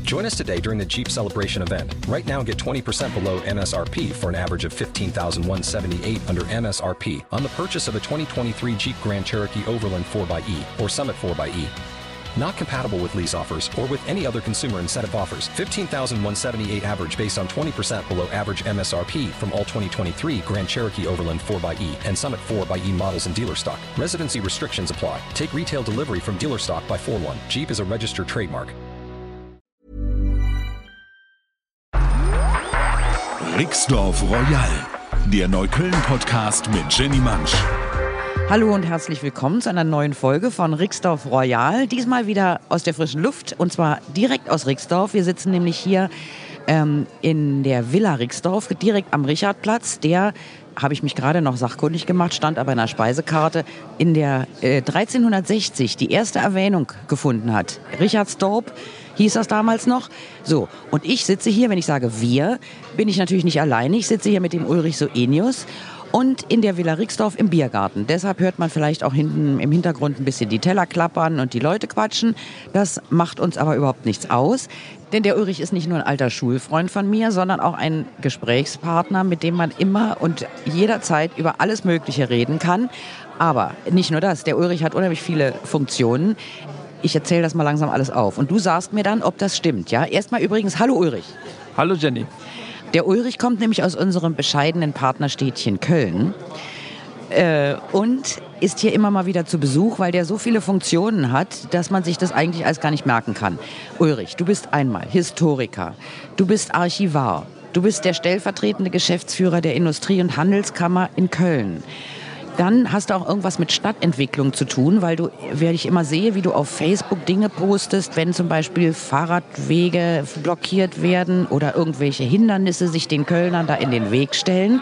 Join us today during the Jeep Celebration event. Right now, get 20% below MSRP for an average of $15,178 under MSRP on the purchase of a 2023 Jeep Grand Cherokee Overland 4xE or Summit 4xE. Not compatible with lease offers or with any other consumer incentive offers. $15,178 average based on 20% below average MSRP from all 2023 Grand Cherokee Overland 4xE and Summit 4xE models in dealer stock. Residency restrictions apply. Take retail delivery from dealer stock by 4/1. Jeep is a registered trademark. Rixdorf Royal, der Neukölln-Podcast mit Jenny Mansch. Hallo und herzlich willkommen zu einer neuen Folge von Rixdorf Royal. Diesmal wieder aus der frischen Luft und zwar direkt aus Rixdorf. Wir sitzen nämlich hier in der Villa Rixdorf, direkt am Richardplatz. Der, habe ich mich gerade noch sachkundig gemacht, stand aber in der Speisekarte, in der 1360 die erste Erwähnung gefunden hat. Richardsdorp hieß das damals noch. So, und ich sitze hier, wenn ich sage wir, bin ich natürlich nicht alleine. Ich sitze hier mit dem Ulrich Soenius und in der Villa Rixdorf im Biergarten. Deshalb hört man vielleicht auch hinten im Hintergrund ein bisschen die Teller klappern und die Leute quatschen. Das macht uns aber überhaupt nichts aus. Denn der Ulrich ist nicht nur ein alter Schulfreund von mir, sondern auch ein Gesprächspartner, mit dem man immer und jederzeit über alles Mögliche reden kann. Aber nicht nur das, der Ulrich hat unheimlich viele Funktionen. Ich erzähle das mal langsam alles auf. Und du sagst mir dann, ob das stimmt. Ja? Erstmal übrigens, hallo Ulrich. Hallo Jenny. Der Ulrich kommt nämlich aus unserem bescheidenen Partnerstädtchen Köln und ist hier immer mal wieder zu Besuch, weil der so viele Funktionen hat, dass man sich das eigentlich alles gar nicht merken kann. Ulrich, du bist einmal Historiker, du bist Archivar, du bist der stellvertretende Geschäftsführer der Industrie- und Handelskammer in Köln. Dann hast du auch irgendwas mit Stadtentwicklung zu tun, weil ich immer sehe, wie du auf Facebook Dinge postest, wenn zum Beispiel Fahrradwege blockiert werden oder irgendwelche Hindernisse sich den Kölnern da in den Weg stellen.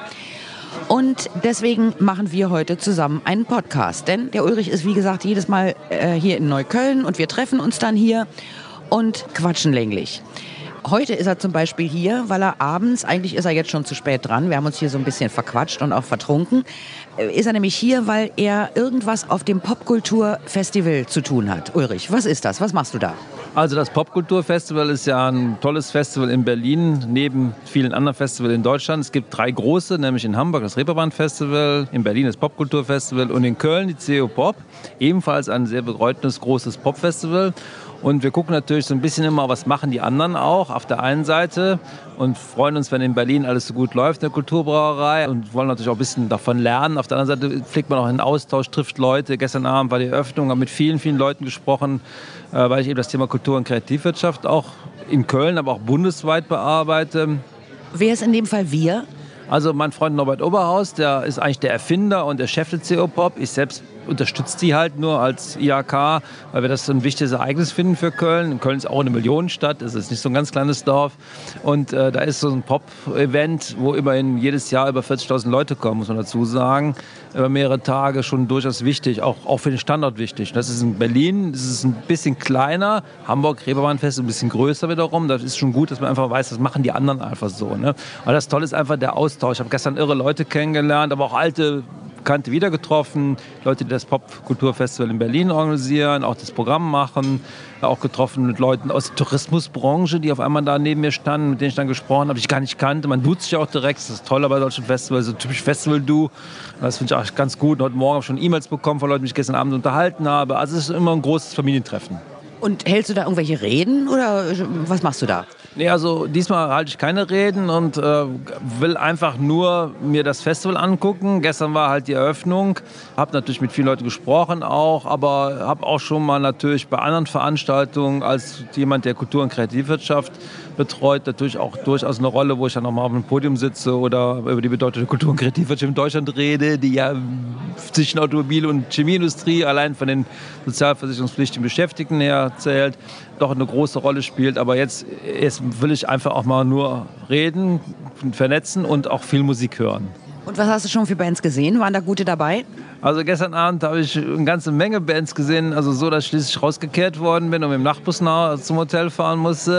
Und deswegen machen wir heute zusammen einen Podcast. Denn der Ulrich ist, wie gesagt, jedes Mal hier in Neukölln und wir treffen uns dann hier und quatschen länglich. Heute ist er zum Beispiel hier, weil er abends, eigentlich ist er jetzt schon zu spät dran, wir haben uns hier so ein bisschen verquatscht und auch vertrunken, ist er nämlich hier, weil er irgendwas auf dem Popkulturfestival zu tun hat. Ulrich, was ist das? Was machst du da? Also das Popkulturfestival ist ja ein tolles Festival in Berlin, neben vielen anderen Festivals in Deutschland. Es gibt 3 große, nämlich in Hamburg das Reeperbahn-Festival, in Berlin das Popkulturfestival und in Köln die CO Pop, ebenfalls ein sehr bedeutendes, großes Popfestival. Und wir gucken natürlich so ein bisschen immer, was machen die anderen auch auf der einen Seite und freuen uns, wenn in Berlin alles so gut läuft in der Kulturbrauerei und wollen natürlich auch ein bisschen davon lernen. Auf der anderen Seite pflegt man auch einen Austausch, trifft Leute. Gestern Abend war die Eröffnung, habe mit vielen, vielen Leuten gesprochen, weil ich eben das Thema Kultur- und Kreativwirtschaft auch in Köln, aber auch bundesweit bearbeite. Wer ist in dem Fall wir? Also mein Freund Norbert Oberhaus, der ist eigentlich der Erfinder und der Chef der CO Pop. Ich selbst unterstützt die halt nur als IHK, weil wir das so ein wichtiges Ereignis finden für Köln. Köln ist auch eine Millionenstadt, es ist nicht so ein ganz kleines Dorf. Und da ist so ein Pop-Event, wo immerhin jedes Jahr über 40.000 Leute kommen, muss man dazu sagen. Über mehrere Tage schon durchaus wichtig, auch für den Standort wichtig. Das ist in Berlin, das ist ein bisschen kleiner. Hamburg, Reeperbahn-Fest, ein bisschen größer wiederum. Das ist schon gut, dass man einfach weiß, das machen die anderen einfach so. Ne? Aber das Tolle ist einfach der Austausch. Ich habe gestern irre Leute kennengelernt, aber auch alte Bekannte wieder getroffen, Leute, die das Popkulturfestival in Berlin organisieren, auch das Programm machen, auch getroffen mit Leuten aus der Tourismusbranche, die auf einmal da neben mir standen, mit denen ich dann gesprochen habe, die ich gar nicht kannte. Man duzt sich auch direkt, das ist toll bei solchen Festivals, so typisch Festival-Du. Das finde ich auch ganz gut. Und heute Morgen habe ich schon E-Mails bekommen von Leuten, die ich gestern Abend unterhalten habe. Also es ist immer ein großes Familientreffen. Und hältst du da irgendwelche Reden oder was machst du da? Nee, also diesmal halte ich keine Reden und will einfach nur mir das Festival angucken. Gestern war halt die Eröffnung, habe natürlich mit vielen Leuten gesprochen auch, aber habe auch schon mal natürlich bei anderen Veranstaltungen als jemand, der Kultur- und Kreativwirtschaft betreut, natürlich auch durchaus eine Rolle, wo ich dann nochmal auf dem Podium sitze oder über die Bedeutung der Kultur- und Kreativwirtschaft in Deutschland rede, die ja zwischen Automobil- und Chemieindustrie allein von den sozialversicherungspflichtigen Beschäftigten her zählt, doch eine große Rolle spielt. Aber jetzt will ich einfach auch mal nur reden, vernetzen und auch viel Musik hören. Und was hast du schon für Bands gesehen? Waren da gute dabei? Also gestern Abend habe ich eine ganze Menge Bands gesehen, also so, dass ich schließlich rausgekehrt worden bin und mit dem Nachtbus zum Hotel fahren musste.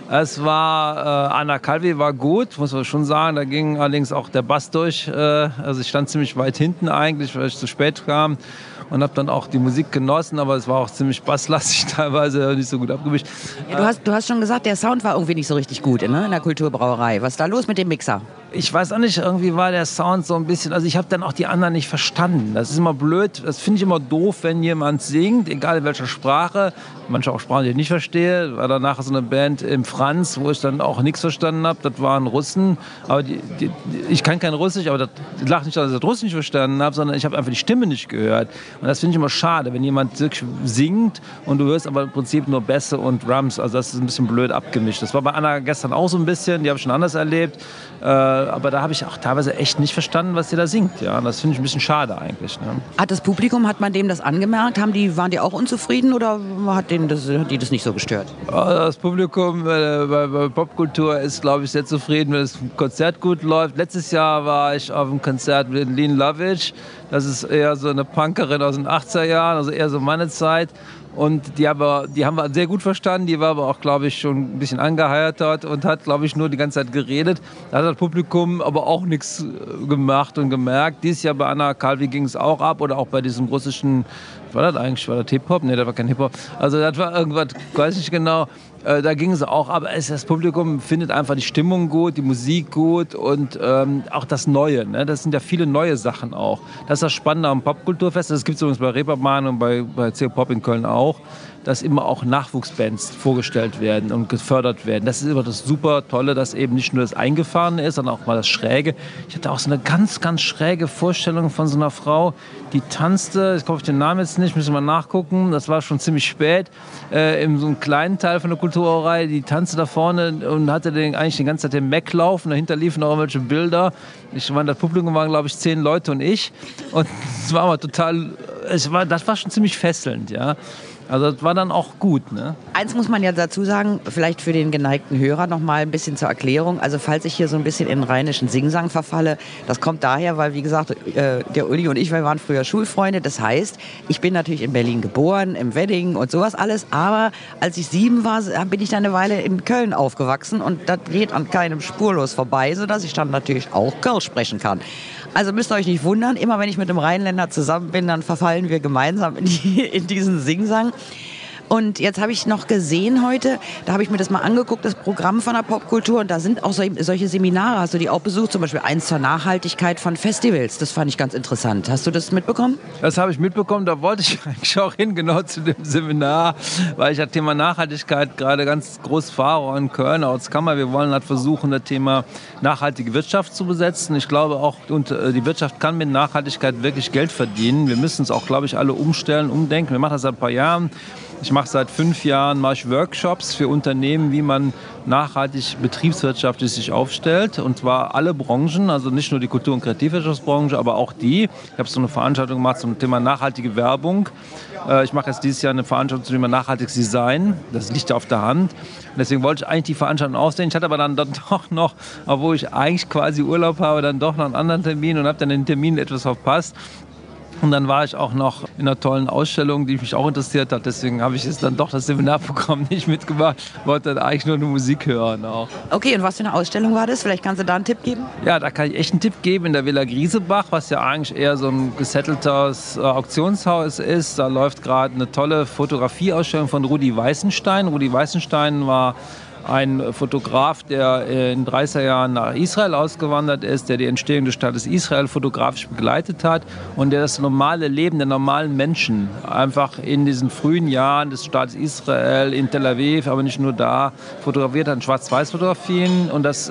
Es war, Anna Calvi war gut, muss man schon sagen. Da ging allerdings auch der Bass durch. Also ich stand ziemlich weit hinten eigentlich, weil ich zu spät kam. Und habe dann auch die Musik genossen, aber es war auch ziemlich basslastig teilweise, nicht so gut abgemischt. Ja, du hast schon gesagt, der Sound war irgendwie nicht so richtig gut, ne, in der Kulturbrauerei. Was ist da los mit dem Mixer? Ich weiß auch nicht, irgendwie war der Sound so ein bisschen, also ich habe dann auch die anderen nicht verstanden. Das ist immer blöd, das finde ich immer doof, wenn jemand singt, egal in welcher Sprache. Manche auch Sprachen, die ich nicht verstehe. War danach so eine Band im Franz, wo ich dann auch nichts verstanden habe. Das waren Russen, aber ich kann kein Russisch, aber das lag nicht, dass ich das Russisch nicht verstanden habe, sondern ich habe einfach die Stimme nicht gehört. Und das finde ich immer schade, wenn jemand wirklich singt und du hörst aber im Prinzip nur Bässe und Drums. Also das ist ein bisschen blöd abgemischt. Das war bei Anna gestern auch so ein bisschen, die habe ich schon anders erlebt. Aber da habe ich auch teilweise echt nicht verstanden, was sie da singt. Ja, und das finde ich ein bisschen schade eigentlich. Ne? Hat das Publikum, hat man dem das angemerkt? Waren die auch unzufrieden oder hat die das nicht so gestört? Das Publikum bei Popkultur ist, glaube ich, sehr zufrieden, wenn das Konzert gut läuft. Letztes Jahr war ich auf einem Konzert mit Lean Lovitch. Das ist eher so eine Punkerin aus den 80er Jahren, also eher so meine Zeit. Und die haben wir sehr gut verstanden. Die war aber auch, glaube ich, schon ein bisschen angeheiratet und hat, glaube ich, nur die ganze Zeit geredet. Da hat das Publikum aber auch nichts gemacht und gemerkt. Dieses Jahr bei Anna Calvi ging es auch ab oder auch bei diesem russischen, war das eigentlich, war das Hip-Hop? Nee, das war kein Hip-Hop. Also das war irgendwas, weiß nicht genau. Da ging es auch, aber das Publikum findet einfach die Stimmung gut, die Musik gut und auch das Neue. Ne? Das sind ja viele neue Sachen auch. Das ist das Spannende am Popkulturfest. Das gibt es übrigens bei Reeperbahn und bei CO Pop in Köln auch, dass immer auch Nachwuchsbands vorgestellt werden und gefördert werden. Das ist immer das super Tolle, dass eben nicht nur das Eingefahrene ist, sondern auch mal das Schräge. Ich hatte auch so eine ganz, ganz schräge Vorstellung von so einer Frau, die tanzte, ich komme auf den Namen jetzt nicht, müssen wir mal nachgucken, das war schon ziemlich spät, in so einem kleinen Teil von der Kulturbrauerei, die tanzte da vorne und hatte eigentlich die ganze Zeit den Mac laufen, dahinter liefen auch irgendwelche Bilder. Das Publikum waren, glaube ich, 10 Leute und ich. Und es war aber das war schon ziemlich fesselnd, ja. Also das war dann auch gut, ne? Eins muss man ja dazu sagen, vielleicht für den geneigten Hörer noch mal ein bisschen zur Erklärung. Also falls ich hier so ein bisschen in rheinischen Singsang verfalle, das kommt daher, weil wie gesagt, der Uli und ich, wir waren früher Schulfreunde. Das heißt, ich bin natürlich in Berlin geboren, im Wedding und sowas alles. Aber als ich 7 war, bin ich dann eine Weile in Köln aufgewachsen und das geht an keinem spurlos vorbei, sodass ich dann natürlich auch Kölsch sprechen kann. Also müsst ihr euch nicht wundern, immer wenn ich mit einem Rheinländer zusammen bin, dann verfallen wir gemeinsam in diesen Singsang. Und jetzt habe ich noch gesehen heute, da habe ich mir das mal angeguckt, das Programm von der Popkultur. Und da sind auch solche Seminare, hast du die auch besucht? Zum Beispiel eins zur Nachhaltigkeit von Festivals. Das fand ich ganz interessant. Hast du das mitbekommen? Das habe ich mitbekommen. Da wollte ich eigentlich auch hin, genau zu dem Seminar, weil ich das Thema Nachhaltigkeit gerade ganz groß fahre in Köln, Ortskammer. Wir wollen halt versuchen, das Thema nachhaltige Wirtschaft zu besetzen. Ich glaube auch, die Wirtschaft kann mit Nachhaltigkeit wirklich Geld verdienen. Wir müssen uns auch, glaube ich, alle umstellen, umdenken. Wir machen das seit ein paar Jahren. Ich mache seit 5 Jahren Workshops für Unternehmen, wie man nachhaltig betriebswirtschaftlich sich aufstellt. Und zwar alle Branchen, also nicht nur die Kultur- und Kreativwirtschaftsbranche, aber auch die. Ich habe so eine Veranstaltung gemacht zum Thema nachhaltige Werbung. Ich mache jetzt dieses Jahr eine Veranstaltung zum Thema nachhaltiges Design. Das liegt auf der Hand. Und deswegen wollte ich eigentlich die Veranstaltung ausdehnen. Ich hatte aber dann doch noch, obwohl ich eigentlich quasi Urlaub habe, dann doch noch einen anderen Termin und habe dann den Termin etwas verpasst. Und dann war ich auch noch in einer tollen Ausstellung, die mich auch interessiert hat. Deswegen habe ich jetzt dann doch das Seminarprogramm nicht mitgemacht. Wollte dann eigentlich nur eine Musik hören auch. Okay, und was für eine Ausstellung war das? Vielleicht kannst du da einen Tipp geben? Ja, da kann ich echt einen Tipp geben. In der Villa Griesebach, was ja eigentlich eher so ein gesetteltes Auktionshaus ist. Da läuft gerade eine tolle Fotografieausstellung von Rudi Weißenstein. Rudi Weißenstein war ein Fotograf, der in 30er Jahren nach Israel ausgewandert ist, der die Entstehung des Staates Israel fotografisch begleitet hat und der das normale Leben der normalen Menschen einfach in diesen frühen Jahren des Staates Israel, in Tel Aviv, aber nicht nur da, fotografiert hat, in Schwarz-Weiß-Fotografien. Und das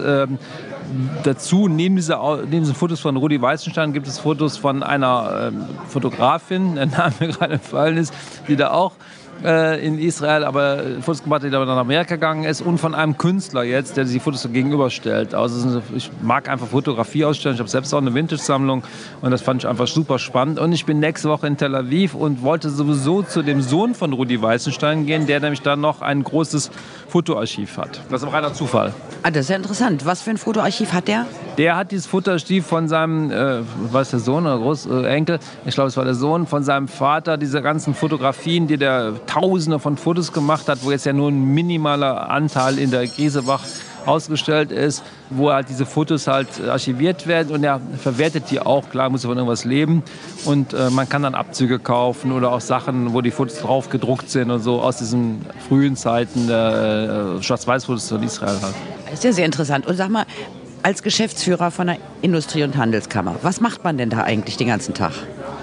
dazu, neben diesen Fotos von Rudi Weißenstein, gibt es Fotos von einer Fotografin, der Name mir gerade entfallen ist, die da auch in Israel, aber Fotos gemacht hat, die aber nach Amerika gegangen ist, und von einem Künstler jetzt, der die Fotos so gegenüberstellt. Also ich mag einfach Fotografie ausstellen. Ich habe selbst auch eine Vintage-Sammlung und das fand ich einfach super spannend. Und ich bin nächste Woche in Tel Aviv und wollte sowieso zu dem Sohn von Rudi Weißenstein gehen, der nämlich dann noch ein großes Fotoarchiv hat. Das ist ein reiner Zufall. Ah, das ist ja interessant. Was für ein Fotoarchiv hat der? Der hat dieses Fotoarchiv von seinem, was der Sohn oder Großenkel, ich glaube, es war der Sohn von seinem Vater, diese ganzen Fotografien, die der Tausende von Fotos gemacht hat, wo jetzt ja nur ein minimaler Anteil in der Griesebach ausgestellt ist, wo halt diese Fotos halt archiviert werden und er verwertet die auch, klar muss er von irgendwas leben und man kann dann Abzüge kaufen oder auch Sachen, wo die Fotos drauf gedruckt sind und so aus diesen frühen Zeiten der Schwarz-Weiß-Fotos von Israel halt. Das ist ja sehr interessant. Und sag mal, als Geschäftsführer von der Industrie- und Handelskammer, was macht man denn da eigentlich den ganzen Tag?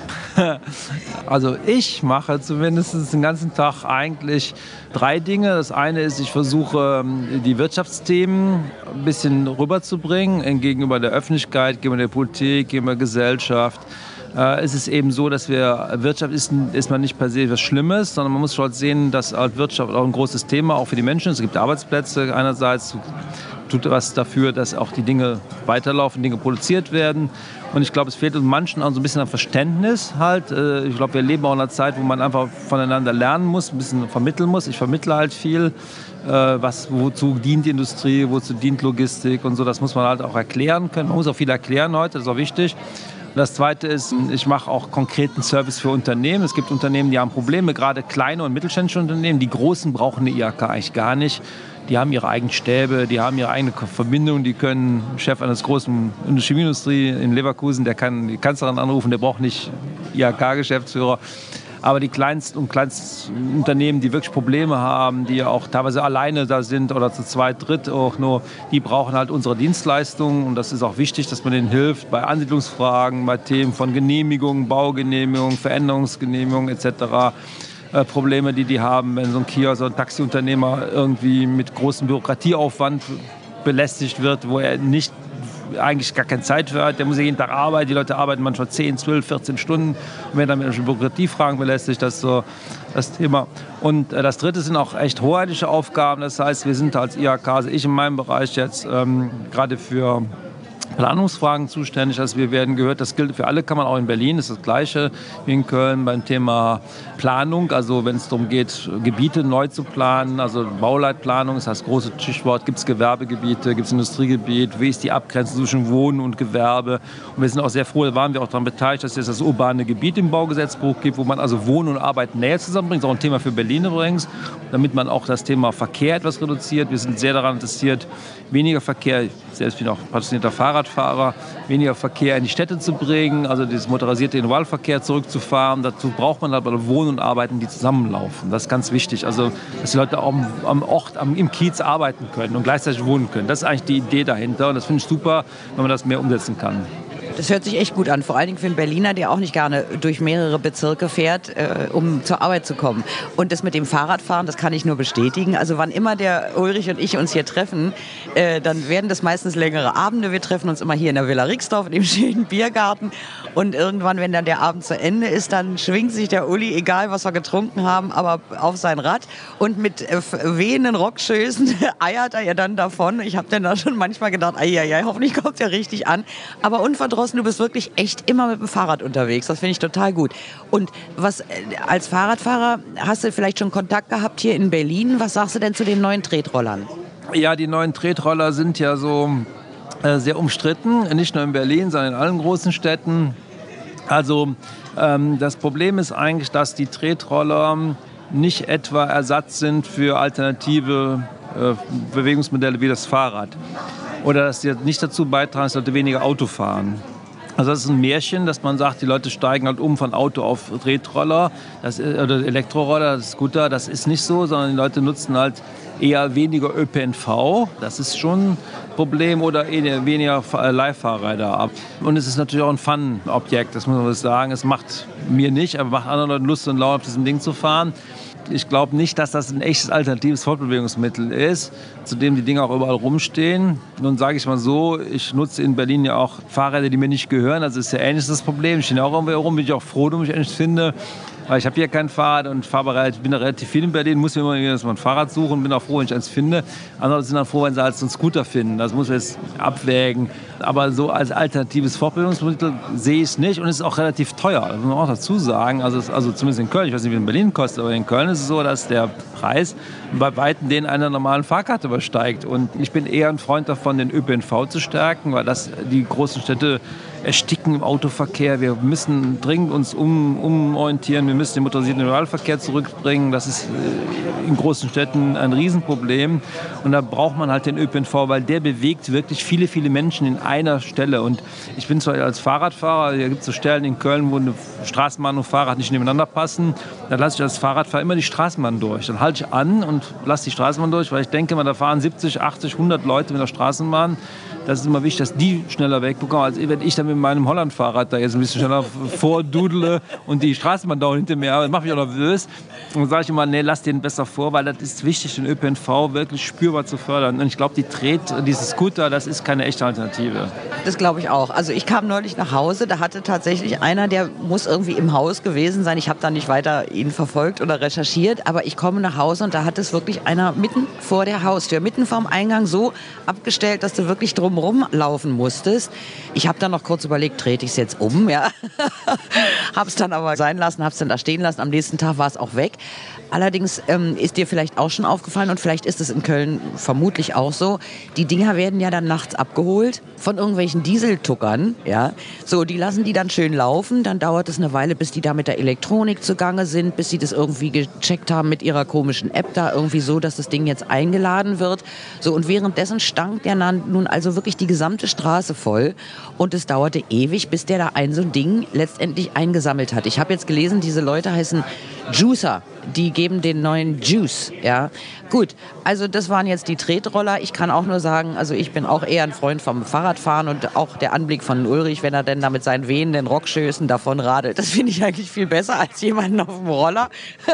Also ich mache zumindest den ganzen Tag eigentlich 3 Dinge. Das eine ist, ich versuche die Wirtschaftsthemen ein bisschen rüberzubringen gegenüber der Öffentlichkeit, gegenüber der Politik, gegenüber der Gesellschaft. Es ist eben so, dass Wirtschaft ist man nicht per se was Schlimmes, sondern man muss schon sehen, dass Wirtschaft auch ein großes Thema auch für die Menschen ist. Es gibt Arbeitsplätze einerseits, tut was dafür, dass auch die Dinge weiterlaufen, Dinge produziert werden. Und ich glaube, es fehlt manchen auch so ein bisschen an Verständnis halt. Ich glaube, wir leben auch in einer Zeit, wo man einfach voneinander lernen muss, ein bisschen vermitteln muss. Ich vermittle halt viel, wozu dient die Industrie, wozu dient Logistik und so. Das muss man halt auch erklären können. Man muss auch viel erklären heute, das ist auch wichtig. Und das Zweite ist, ich mache auch konkreten Service für Unternehmen. Es gibt Unternehmen, die haben Probleme, gerade kleine und mittelständische Unternehmen. Die Großen brauchen eine IHK eigentlich gar nicht. Die haben ihre eigenen Stäbe, die haben ihre eigene Verbindung, die können Chef eines großen Chemieindustrie in Leverkusen, der kann die Kanzlerin anrufen, der braucht nicht IHK-Geschäftsführer. Aber die kleinsten Unternehmen, die wirklich Probleme haben, die auch teilweise alleine da sind oder zu zweit, dritt auch nur, die brauchen halt unsere Dienstleistungen. Und das ist auch wichtig, dass man denen hilft bei Ansiedlungsfragen, bei Themen von Genehmigungen, Baugenehmigungen, Veränderungsgenehmigungen etc. Probleme, die haben, wenn so ein Kiosk oder ein Taxiunternehmer irgendwie mit großem Bürokratieaufwand belästigt wird, wo er nicht eigentlich gar keine Zeit für hat. Der muss ja jeden Tag arbeiten. Die Leute arbeiten manchmal 10, 12, 14 Stunden. Und wenn dann mit Bürokratiefragen belästigt, das ist so das Thema. Und das Dritte sind auch echt hoheitliche Aufgaben. Das heißt, wir sind als IHK, also ich in meinem Bereich jetzt gerade für Planungsfragen zuständig. Also wir werden gehört, das gilt für alle Kammern, auch in Berlin ist das Gleiche wie in Köln beim Thema Planung. Also wenn es darum geht, Gebiete neu zu planen, also Bauleitplanung, das heißt großes Stichwort, gibt es Gewerbegebiete, gibt es Industriegebiet, wie ist die Abgrenzung zwischen Wohnen und Gewerbe. Und wir sind auch sehr froh, da waren wir auch daran beteiligt, dass es das urbane Gebiet im Baugesetzbuch gibt, wo man also Wohnen und Arbeit näher zusammenbringt. Das ist auch ein Thema für Berlin übrigens, damit man auch das Thema Verkehr etwas reduziert. Wir sind sehr daran interessiert, weniger Verkehr, selbst bin auch passionierter Fahrradfahrer, weniger Verkehr in die Städte zu bringen, also dieses motorisierte Individualverkehr zurückzufahren. Dazu braucht man aber Wohnen und Arbeiten, die zusammenlaufen. Das ist ganz wichtig, also dass die Leute auch am Ort, im Kiez arbeiten können und gleichzeitig wohnen können. Das ist eigentlich die Idee dahinter und das finde ich super, wenn man das mehr umsetzen kann. Das hört sich echt gut an, vor allen Dingen für einen Berliner, der auch nicht gerne durch mehrere Bezirke fährt, um zur Arbeit zu kommen. Und das mit dem Fahrradfahren, das kann ich nur bestätigen. Also wann immer der Ulrich und ich uns hier treffen, dann werden das meistens längere Abende. Wir treffen uns immer hier in der Villa Rixdorf, in dem schönen Biergarten. Und irgendwann, wenn dann der Abend zu Ende ist, dann schwingt sich der Uli, egal was wir getrunken haben, aber auf sein Rad. Und mit wehenden Rockschößen eiert er ja dann davon. Ich habe dann da schon manchmal gedacht, ai, hoffentlich kommt es ja richtig an. Aber unverdrossen, du bist wirklich echt immer mit dem Fahrrad unterwegs. Das finde ich total gut. Und was als Fahrradfahrer, hast du vielleicht schon Kontakt gehabt hier in Berlin? Was sagst du denn zu den neuen Tretrollern? Ja, die neuen Tretroller sind ja so sehr umstritten, nicht nur in Berlin, sondern in allen großen Städten. Also das Problem ist eigentlich, dass die Tretroller nicht etwa Ersatz sind für alternative Bewegungsmodelle wie das Fahrrad. Oder dass sie nicht dazu beitragen, dass Leute weniger Auto fahren. Also das ist ein Märchen, dass man sagt, die Leute steigen halt um von Auto auf Tretroller oder Elektroroller, Scooter. Das ist nicht so, sondern die Leute nutzen halt eher weniger ÖPNV. Das ist schon ein Problem. Oder weniger Leihfahrräder. Und es ist natürlich auch ein Fun-Objekt, das muss man sagen. Es macht mir nicht, aber macht anderen Leuten Lust und Laune, auf diesem Ding zu fahren. Ich glaube nicht, dass das ein echtes alternatives Fortbewegungsmittel ist, zu dem die Dinge auch überall rumstehen. Nun sage ich mal so, ich nutze in Berlin ja auch Fahrräder, die mir nicht gehören. Also ist ja ähnlich das Problem. Ich stehe auch irgendwo rum, bin ich auch froh, dass ich endlich finde. weil ich habe hier kein Fahrrad und bin da relativ viel in Berlin, muss mir immer ein Fahrrad suchen, bin auch froh, wenn ich eins finde. Andere sind dann froh, wenn sie halt so einen Scooter finden. Das muss man jetzt abwägen. Aber so als alternatives Fortbildungsmittel sehe ich es nicht und es ist auch relativ teuer. Das muss man auch dazu sagen. Also zumindest in Köln, ich weiß nicht, wie es in Berlin kostet, aber in Köln ist es so, dass der Preis bei Weitem den einer normalen Fahrkarte übersteigt. Und ich bin eher ein Freund davon, den ÖPNV zu stärken, weil das die großen Städte ersticken im Autoverkehr. Wir müssen dringend uns umorientieren. Wir müssen den motorisierten Individualverkehr zurückbringen. Das ist in großen Städten ein Riesenproblem. Und da braucht man halt den ÖPNV, weil der bewegt wirklich viele, viele Menschen in einer Stelle. Und ich bin zwar als Fahrradfahrer, hier gibt es so Stellen in Köln, wo eine Straßenbahn und Fahrrad nicht nebeneinander passen. Da lasse ich als Fahrradfahrer immer die Straßenbahn durch. Dann halte ich an und lasse die Straßenbahn durch, weil ich denke, da fahren 70, 80, 100 Leute mit der Straßenbahn. Das ist immer wichtig, dass die schneller wegbekommen, als wenn ich dann mit meinem Holland-Fahrrad da jetzt ein bisschen schneller vordudele und die Straßenbahn dauert hinter mir. Das macht mich auch nervös. Und dann sage ich immer, nee, lass den besser vor, weil das ist wichtig, den ÖPNV wirklich spürbar zu fördern. Und ich glaube, diese Scooter, das ist keine echte Alternative. Das glaube ich auch. Also ich kam neulich nach Hause, da hatte tatsächlich einer, der muss irgendwie im Haus gewesen sein. Ich habe da nicht weiter ihn verfolgt oder recherchiert, aber ich komme nach Hause und da hat es wirklich einer mitten vor der Haustür, mitten vorm Eingang so abgestellt, dass du wirklich drumherum laufen musstest. Ich habe dann noch kurz überlegt, trete ich es jetzt um? Ja. Habe es dann aber sein lassen, habe es dann da stehen lassen. Am nächsten Tag war es auch weg. Allerdings ist dir vielleicht auch schon aufgefallen und vielleicht ist es in Köln vermutlich auch so, die Dinger werden ja dann nachts abgeholt von irgendwelchen Dieseltuckern. Ja. So, die lassen die dann schön laufen, dann dauert es eine Weile, bis die da mit der Elektronik zugange sind, bis sie das irgendwie gecheckt haben mit ihrer komischen App da irgendwie so, dass das Ding jetzt eingeladen wird. So, und währenddessen stank der nun also wirklich die gesamte Straße voll und es dauerte ewig, bis der da so ein Ding letztendlich eingesammelt hat. Ich habe jetzt gelesen, diese Leute heißen Juicer. Die geben den neuen Juice, ja. Gut, also das waren jetzt die Tretroller. Ich kann auch nur sagen, also ich bin auch eher ein Freund vom Fahrradfahren und auch der Anblick von Ulrich, wenn er denn da mit seinen wehenden Rockschößen davon radelt, das finde ich eigentlich viel besser als jemanden auf dem Roller.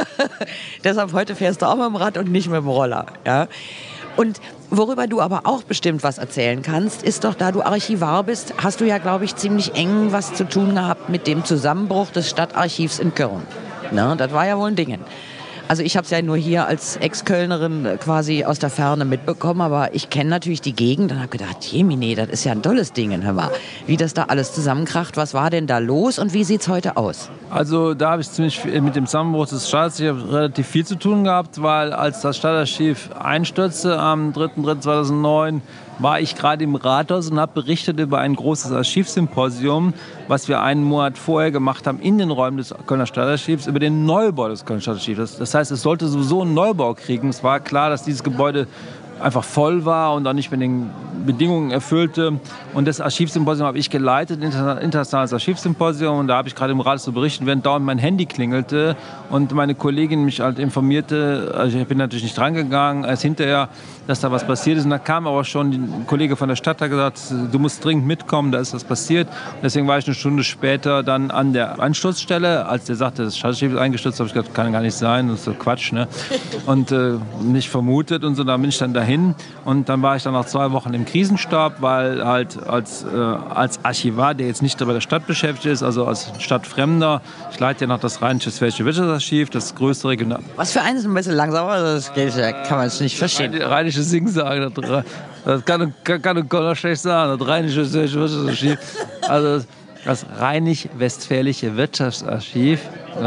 Deshalb heute fährst du auch mit dem Rad und nicht mit dem Roller, ja. Und worüber du aber auch bestimmt was erzählen kannst, ist doch, da du Archivar bist, hast du ja, glaube ich, ziemlich eng was zu tun gehabt mit dem Zusammenbruch des Stadtarchivs in Köln. Na, das war ja wohl ein Ding. Also ich habe es ja nur hier als Ex-Kölnerin quasi aus der Ferne mitbekommen, aber ich kenne natürlich die Gegend und habe gedacht, Jemine, das ist ja ein tolles Ding, hör mal, wie das da alles zusammenkracht. Was war denn da los und wie sieht's heute aus? Also da habe ich ziemlich mit dem Zusammenbruch des Staatsarchivs relativ viel zu tun gehabt, weil als das Stadtarchiv einstürzte am 3.3.2009, war ich gerade im Rathaus und habe berichtet über ein großes Archivsymposium, was wir einen Monat vorher gemacht haben in den Räumen des Kölner Stadtarchivs, über den Neubau des Kölner Stadtarchivs. Das heißt, es sollte sowieso einen Neubau kriegen. Es war klar, dass dieses Gebäude einfach voll war und auch nicht mit den Bedingungen erfüllte. Und das Archivsymposium habe ich geleitet, internationales Archivsymposium. Und da habe ich gerade im Rat so berichtet, während dauernd mein Handy klingelte und meine Kollegin mich halt informierte. Also ich bin natürlich nicht drangegangen, erst hinterher, dass da was passiert ist. Und da kam aber schon ein Kollege von der Stadt, der gesagt, du musst dringend mitkommen, da ist was passiert. Und deswegen war ich eine Stunde später dann an der Ansturzstelle. Als der sagte, das Stadtarchiv ist eingestürzt, habe ich gedacht, kann gar nicht sein, das ist so Quatsch, ne? Und nicht vermutet und so, da bin ich dann dahin. Und dann war ich dann nach 2 Wochen im Krisenstab, weil halt als Archivar, der jetzt nicht bei der Stadt beschäftigt ist, also als Stadtfremder, ich leite ja noch das Rheinisch-Westfälische Wirtschaftsarchiv, das größte Regional... Was für eines ein bisschen langsamer, das kann man es nicht verstehen. Rheinische Singsagen, das kann Kölner schlecht sagen, das Rheinisch-Westfälische Wirtschaftsarchiv. Also das Rheinisch-Westfälische Wirtschaftsarchiv.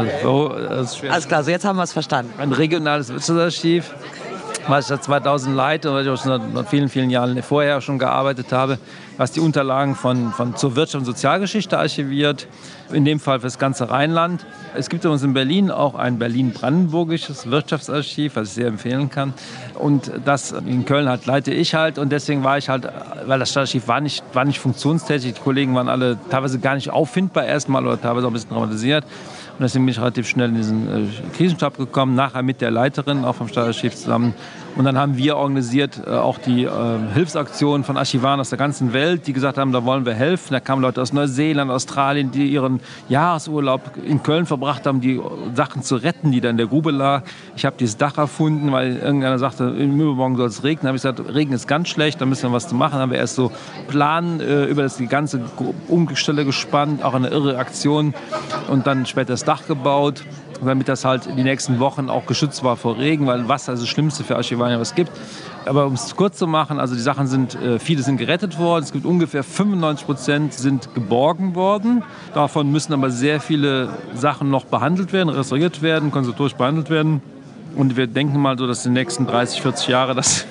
Alles klar, so jetzt haben wir es verstanden. Ein regionales Wirtschaftsarchiv, was ich seit 2000 leite und was ich auch schon seit vielen, vielen Jahren vorher schon gearbeitet habe, was die Unterlagen zur Wirtschafts- und Sozialgeschichte archiviert, in dem Fall für das ganze Rheinland. Es gibt übrigens in Berlin auch ein berlin-brandenburgisches Wirtschaftsarchiv, was ich sehr empfehlen kann. Und das in Köln leite ich halt und deswegen war ich halt, weil das Stadtarchiv war nicht funktionstätig, die Kollegen waren alle teilweise gar nicht auffindbar erstmal oder teilweise auch ein bisschen traumatisiert. Und deswegen bin ich relativ schnell in diesen Krisenstab gekommen, nachher mit der Leiterin, auch vom Stadtarchiv zusammen. Und dann haben wir organisiert auch die Hilfsaktionen von Archivaren aus der ganzen Welt, die gesagt haben, da wollen wir helfen. Da kamen Leute aus Neuseeland, Australien, die ihren Jahresurlaub in Köln verbracht haben, die Sachen zu retten, die da in der Grube lag. Ich habe dieses Dach erfunden, weil irgendeiner sagte, übermorgen soll es regnen. Da habe ich gesagt, Regen ist ganz schlecht, da müssen wir was zu machen. Da haben wir erst so Plan über die ganze Umstelle gespannt, auch eine irre Aktion und dann später das Dach gebaut. damit das halt die nächsten Wochen auch geschützt war vor Regen, weil Wasser ist das Schlimmste für Archivarier, was es gibt. Aber um es kurz zu machen, also die Sachen sind, viele sind gerettet worden, es gibt ungefähr 95% sind geborgen worden. Davon müssen aber sehr viele Sachen noch behandelt werden, restauriert werden, konservatorisch behandelt werden. Und wir denken mal so, dass die nächsten 30, 40 Jahre das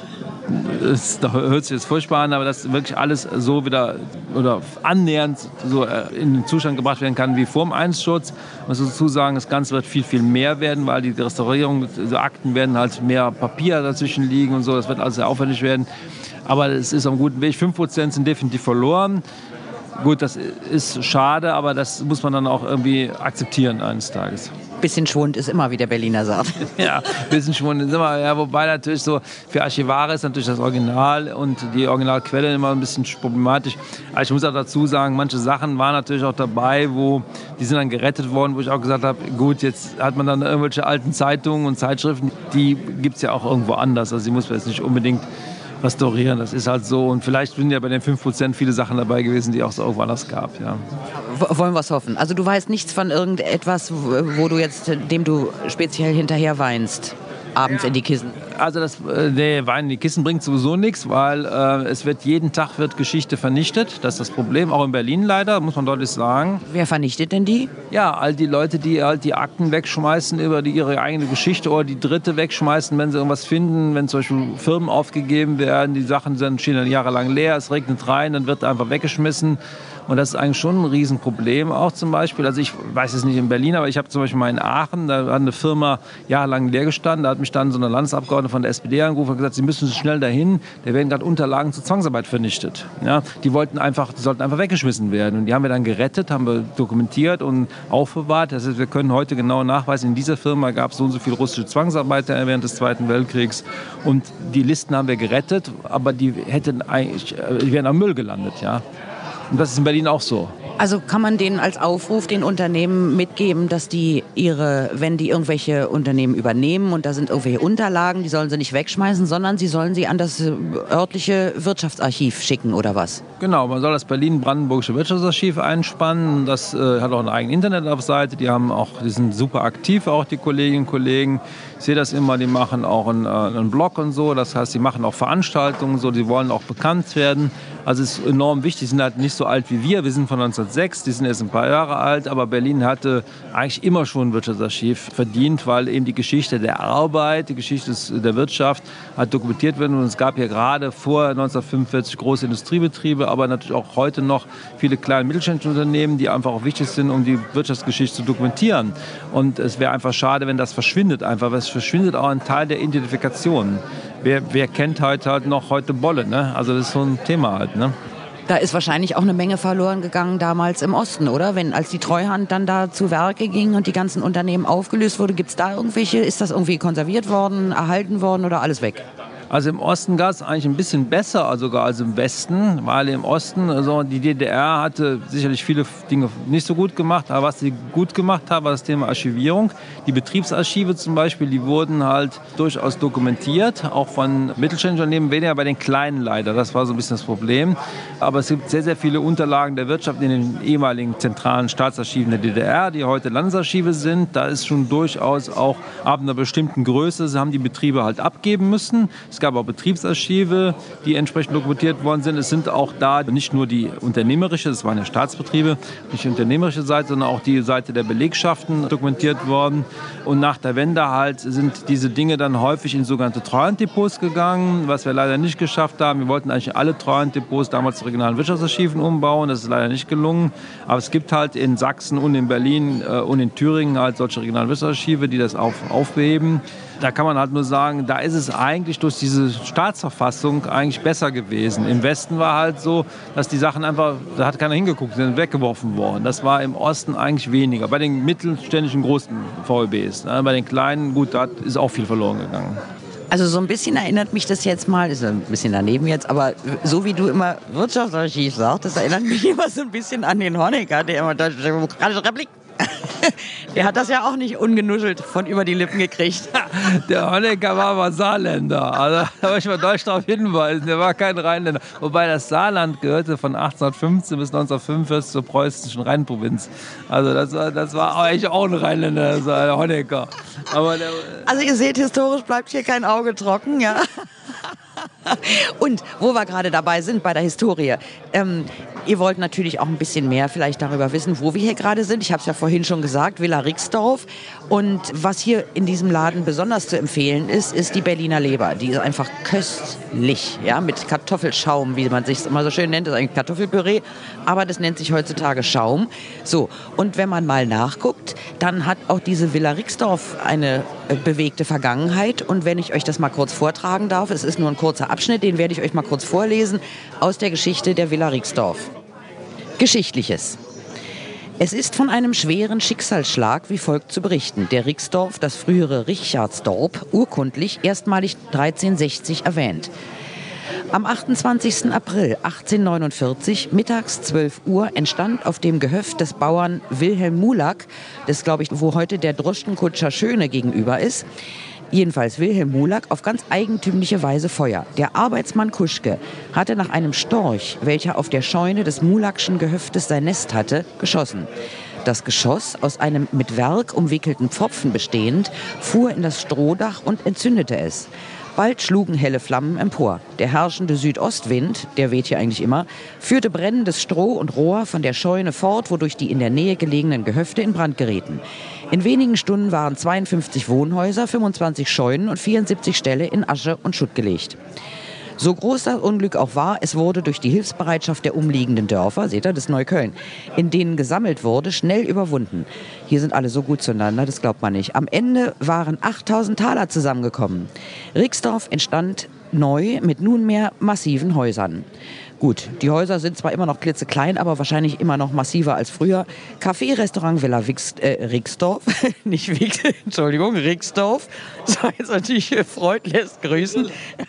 hört sich jetzt furchtbar an, aber dass wirklich alles so wieder oder annähernd so in den Zustand gebracht werden kann wie vor dem Einsturz. Ich muss dazu sagen, das Ganze wird viel, viel mehr werden, weil die Restaurierung, die Akten werden halt mehr Papier dazwischen liegen und so. Das wird also sehr aufwendig werden. Aber es ist auf einem guten Weg. 5% sind definitiv verloren. Gut, das ist schade, aber das muss man dann auch irgendwie akzeptieren eines Tages. Bisschen Schwund ist immer, wie der Berliner sagt. Ja, bisschen Schwund ist immer. Ja, wobei natürlich so für Archivare ist natürlich das Original und die Originalquelle immer ein bisschen problematisch. Aber ich muss auch dazu sagen, manche Sachen waren natürlich auch dabei, die sind dann gerettet worden, wo ich auch gesagt habe, gut, jetzt hat man dann irgendwelche alten Zeitungen und Zeitschriften, die gibt es ja auch irgendwo anders. Also die muss man jetzt nicht unbedingt restaurieren, das ist halt so. Und vielleicht sind ja bei den 5% viele Sachen dabei gewesen, die auch so irgendwo anders gab. Ja. Wollen wir es hoffen. Also du weißt nichts von irgendetwas, wo du jetzt, dem du speziell hinterher weinst, abends in die Kissen? Also Wein in die Kissen bringt sowieso nichts, weil jeden Tag wird Geschichte vernichtet. Das ist das Problem, auch in Berlin leider, muss man deutlich sagen. Wer vernichtet denn die? Ja, all die Leute, die halt die Akten wegschmeißen über ihre eigene Geschichte oder die dritte wegschmeißen, wenn sie irgendwas finden, wenn zum Beispiel Firmen aufgegeben werden, die Sachen stehen dann jahrelang leer, es regnet rein, dann wird einfach weggeschmissen. Und das ist eigentlich schon ein Riesenproblem auch zum Beispiel. Also ich weiß es nicht in Berlin, aber ich habe zum Beispiel mal in Aachen, da hat eine Firma jahrelang leer gestanden. Da hat mich dann so eine Landesabgeordnete von der SPD angerufen und gesagt, Sie müssen schnell dahin, da werden gerade Unterlagen zur Zwangsarbeit vernichtet. Ja, die sollten einfach weggeschmissen werden. Und die haben wir dann gerettet, haben wir dokumentiert und aufbewahrt. Das heißt, wir können heute genau nachweisen, in dieser Firma gab es so und so viele russische Zwangsarbeiter während des Zweiten Weltkriegs. Und die Listen haben wir gerettet, aber die wären am Müll gelandet. Ja. Und das ist in Berlin auch so. Also kann man denen als Aufruf den Unternehmen mitgeben, dass wenn die irgendwelche Unternehmen übernehmen und da sind irgendwelche Unterlagen, die sollen sie nicht wegschmeißen, sondern sie sollen sie an das örtliche Wirtschaftsarchiv schicken oder was? Genau, man soll das Berlin-Brandenburgische Wirtschaftsarchiv einspannen. Das hat auch eine eigene Internetseite. Die sind super aktiv, auch die Kolleginnen und Kollegen. Ich sehe das immer, die machen auch einen Blog und so. Das heißt, die machen auch Veranstaltungen, so, die wollen auch bekannt werden. Also es ist enorm wichtig, die sind halt nicht so alt wie wir. Wir sind von 1906, die sind erst ein paar Jahre alt, aber Berlin hatte eigentlich immer schon ein Wirtschaftsarchiv verdient, weil eben die Geschichte der Arbeit, die Geschichte der Wirtschaft hat dokumentiert werden. Und es gab ja gerade vor 1945 große Industriebetriebe, aber natürlich auch heute noch viele kleine mittelständische Unternehmen, die einfach auch wichtig sind, um die Wirtschaftsgeschichte zu dokumentieren. Und es wäre einfach schade, wenn das verschwindet einfach, weil es verschwindet auch ein Teil der Identifikation. Wer kennt halt noch heute Bolle, ne? Also das ist so ein Thema halt, ne? Da ist wahrscheinlich auch eine Menge verloren gegangen damals im Osten, oder? Als die Treuhand dann da zu Werke ging und die ganzen Unternehmen aufgelöst wurde, ist das irgendwie konserviert worden, erhalten worden oder alles weg? Also im Osten gab es eigentlich ein bisschen besser sogar als im Westen, weil im Osten, also die DDR hatte sicherlich viele Dinge nicht so gut gemacht, aber was sie gut gemacht hat, war das Thema Archivierung. Die Betriebsarchive zum Beispiel, die wurden halt durchaus dokumentiert, auch von mittelständischen Unternehmen, weniger bei den kleinen leider, das war so ein bisschen das Problem. Aber es gibt sehr, sehr viele Unterlagen der Wirtschaft in den ehemaligen zentralen Staatsarchiven der DDR, die heute Landesarchive sind. Da ist schon durchaus auch ab einer bestimmten Größe, sie haben die Betriebe halt abgeben müssen. Es gab auch Betriebsarchive, die entsprechend dokumentiert worden sind. Es sind auch da nicht nur die unternehmerische, das waren ja Staatsbetriebe, nicht die unternehmerische Seite, sondern auch die Seite der Belegschaften dokumentiert worden. Und nach der Wende halt sind diese Dinge dann häufig in sogenannte Treuhanddepots gegangen, was wir leider nicht geschafft haben. Wir wollten eigentlich alle Treuhanddepots damals zu regionalen Wirtschaftsarchiven umbauen. Das ist leider nicht gelungen. Aber es gibt halt in Sachsen und in Berlin und in Thüringen halt solche regionalen Wirtschaftsarchive, die das aufbeheben. Da kann man halt nur sagen, da ist es eigentlich durch diese Staatsverfassung eigentlich besser gewesen. Im Westen war halt so, dass die Sachen einfach, da hat keiner hingeguckt, sind weggeworfen worden. Das war im Osten eigentlich weniger. Bei den mittelständischen großen VEBs. Bei den kleinen, gut, da ist auch viel verloren gegangen. Also so ein bisschen erinnert mich das jetzt mal, ist ein bisschen daneben jetzt, aber so wie du immer Wirtschaftsarchiv sagst, das erinnert mich immer so ein bisschen an den Honecker, der immer Deutsche Demokratische Republik Der hat das ja auch nicht ungenuschelt von über die Lippen gekriegt. Der Honecker war aber Saarländer. Also da möchte ich mal deutlich darauf hinweisen. Der war kein Rheinländer. Wobei das Saarland gehörte von 1815 bis 1945 zur preußischen Rheinprovinz. Also das war eigentlich auch ein Rheinländer, der Honecker. Aber also ihr seht, historisch bleibt hier kein Auge trocken, ja. Und wo wir gerade dabei sind bei der Historie, ihr wollt natürlich auch ein bisschen mehr vielleicht darüber wissen, wo wir hier gerade sind. Ich habe es ja vorhin schon gesagt, Villa Rixdorf. Und was hier in diesem Laden besonders zu empfehlen ist die Berliner Leber. Die ist einfach köstlich, ja, mit Kartoffelschaum, wie man sich immer so schön nennt. Das ist eigentlich Kartoffelpüree, aber das nennt sich heutzutage Schaum. So, und wenn man mal nachguckt, dann hat auch diese Villa Rixdorf eine bewegte Vergangenheit. Und wenn ich euch das mal kurz vortragen darf, es ist nur ein kurzer Abschnitt, den werde ich euch mal kurz vorlesen aus der Geschichte der Villa Rixdorf. Geschichtliches. Es ist von einem schweren Schicksalsschlag wie folgt zu berichten. Der Rixdorf, das frühere Richardsdorp, urkundlich erstmalig 1360 erwähnt. Am 28. April 1849, mittags 12 Uhr, entstand auf dem Gehöft des Bauern Wilhelm Mulak, das glaube ich, wo heute der Droschkenkutscher Schöne gegenüber ist, jedenfalls Wilhelm Mulak, auf ganz eigentümliche Weise Feuer. Der Arbeitsmann Kuschke hatte nach einem Storch, welcher auf der Scheune des Mulakschen Gehöftes sein Nest hatte, geschossen. Das Geschoss, aus einem mit Werg umwickelten Pfropfen bestehend, fuhr in das Strohdach und entzündete es. Bald schlugen helle Flammen empor. Der herrschende Südostwind, der weht hier eigentlich immer, führte brennendes Stroh und Rohr von der Scheune fort, wodurch die in der Nähe gelegenen Gehöfte in Brand gerieten. In wenigen Stunden waren 52 Wohnhäuser, 25 Scheunen und 74 Ställe in Asche und Schutt gelegt. So groß das Unglück auch war, es wurde durch die Hilfsbereitschaft der umliegenden Dörfer, seht ihr, das ist Neukölln, in denen gesammelt wurde, schnell überwunden. Hier sind alle so gut zueinander, das glaubt man nicht. Am Ende waren 8000 Taler zusammengekommen. Rixdorf entstand neu mit nunmehr massiven Häusern. Gut, die Häuser sind zwar immer noch klitzeklein, aber wahrscheinlich immer noch massiver als früher. Café, Restaurant, Villa Rixdorf, nicht Wix, Entschuldigung, Rixdorf. So, jetzt natürlich Freud lässt grüßen.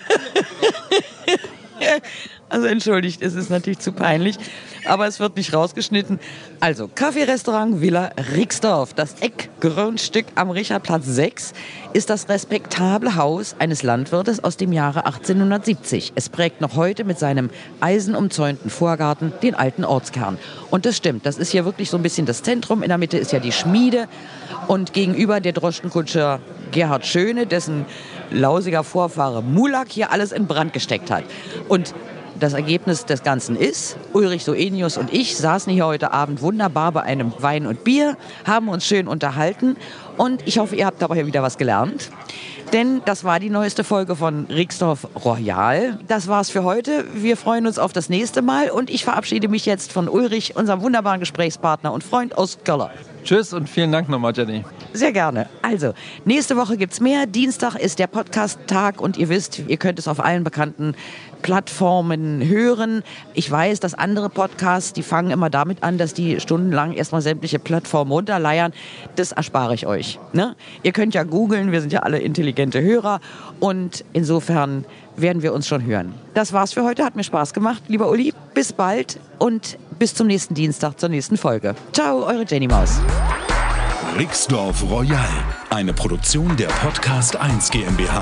Also entschuldigt, es ist natürlich zu peinlich, aber es wird nicht rausgeschnitten. Also, Café-Restaurant Villa Rixdorf, das Eckgrundstück am Richardplatz 6, ist das respektable Haus eines Landwirtes aus dem Jahre 1870. Es prägt noch heute mit seinem eisenumzäunten Vorgarten den alten Ortskern. Und das stimmt, das ist hier wirklich so ein bisschen das Zentrum. In der Mitte ist ja die Schmiede und gegenüber der Droschkenkutscher Gerhard Schöne, dessen lausiger Vorfahre Mulak hier alles in Brand gesteckt hat. Und das Ergebnis des Ganzen ist, Ulrich Soenius und ich saßen hier heute Abend wunderbar bei einem Wein und Bier, haben uns schön unterhalten und ich hoffe, ihr habt dabei wieder was gelernt. Denn das war die neueste Folge von Rixdorf Royal. Das war's für heute. Wir freuen uns auf das nächste Mal und ich verabschiede mich jetzt von Ulrich, unserem wunderbaren Gesprächspartner und Freund aus Köln. Tschüss und vielen Dank nochmal, Jenny. Sehr gerne. Also, nächste Woche gibt's mehr. Dienstag ist der Podcast-Tag und ihr wisst, ihr könnt es auf allen bekannten Plattformen hören. Ich weiß, dass andere Podcasts, die fangen immer damit an, dass die stundenlang erstmal sämtliche Plattformen runterleiern. Das erspare ich euch. Ne? Ihr könnt ja googeln, wir sind ja alle intelligente Hörer und insofern werden wir uns schon hören. Das war's für heute, hat mir Spaß gemacht. Lieber Uli, bis bald und bis zum nächsten Dienstag zur nächsten Folge. Ciao, eure Jenny Maus. Rixdorf Royal, eine Produktion der Podcast 1 GmbH.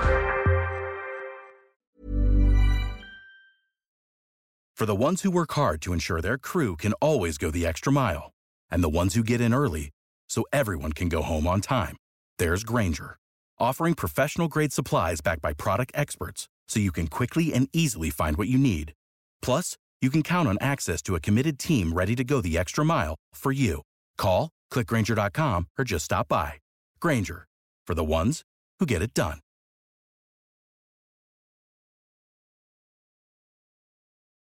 For the ones who work hard to ensure their crew can always go the extra mile, and the ones who get in early so everyone can go home on time, there's Grainger, offering professional-grade supplies backed by product experts so you can quickly and easily find what you need. Plus, you can count on access to a committed team ready to go the extra mile for you. Call, click Grainger.com, or just stop by. Grainger, for the ones who get it done.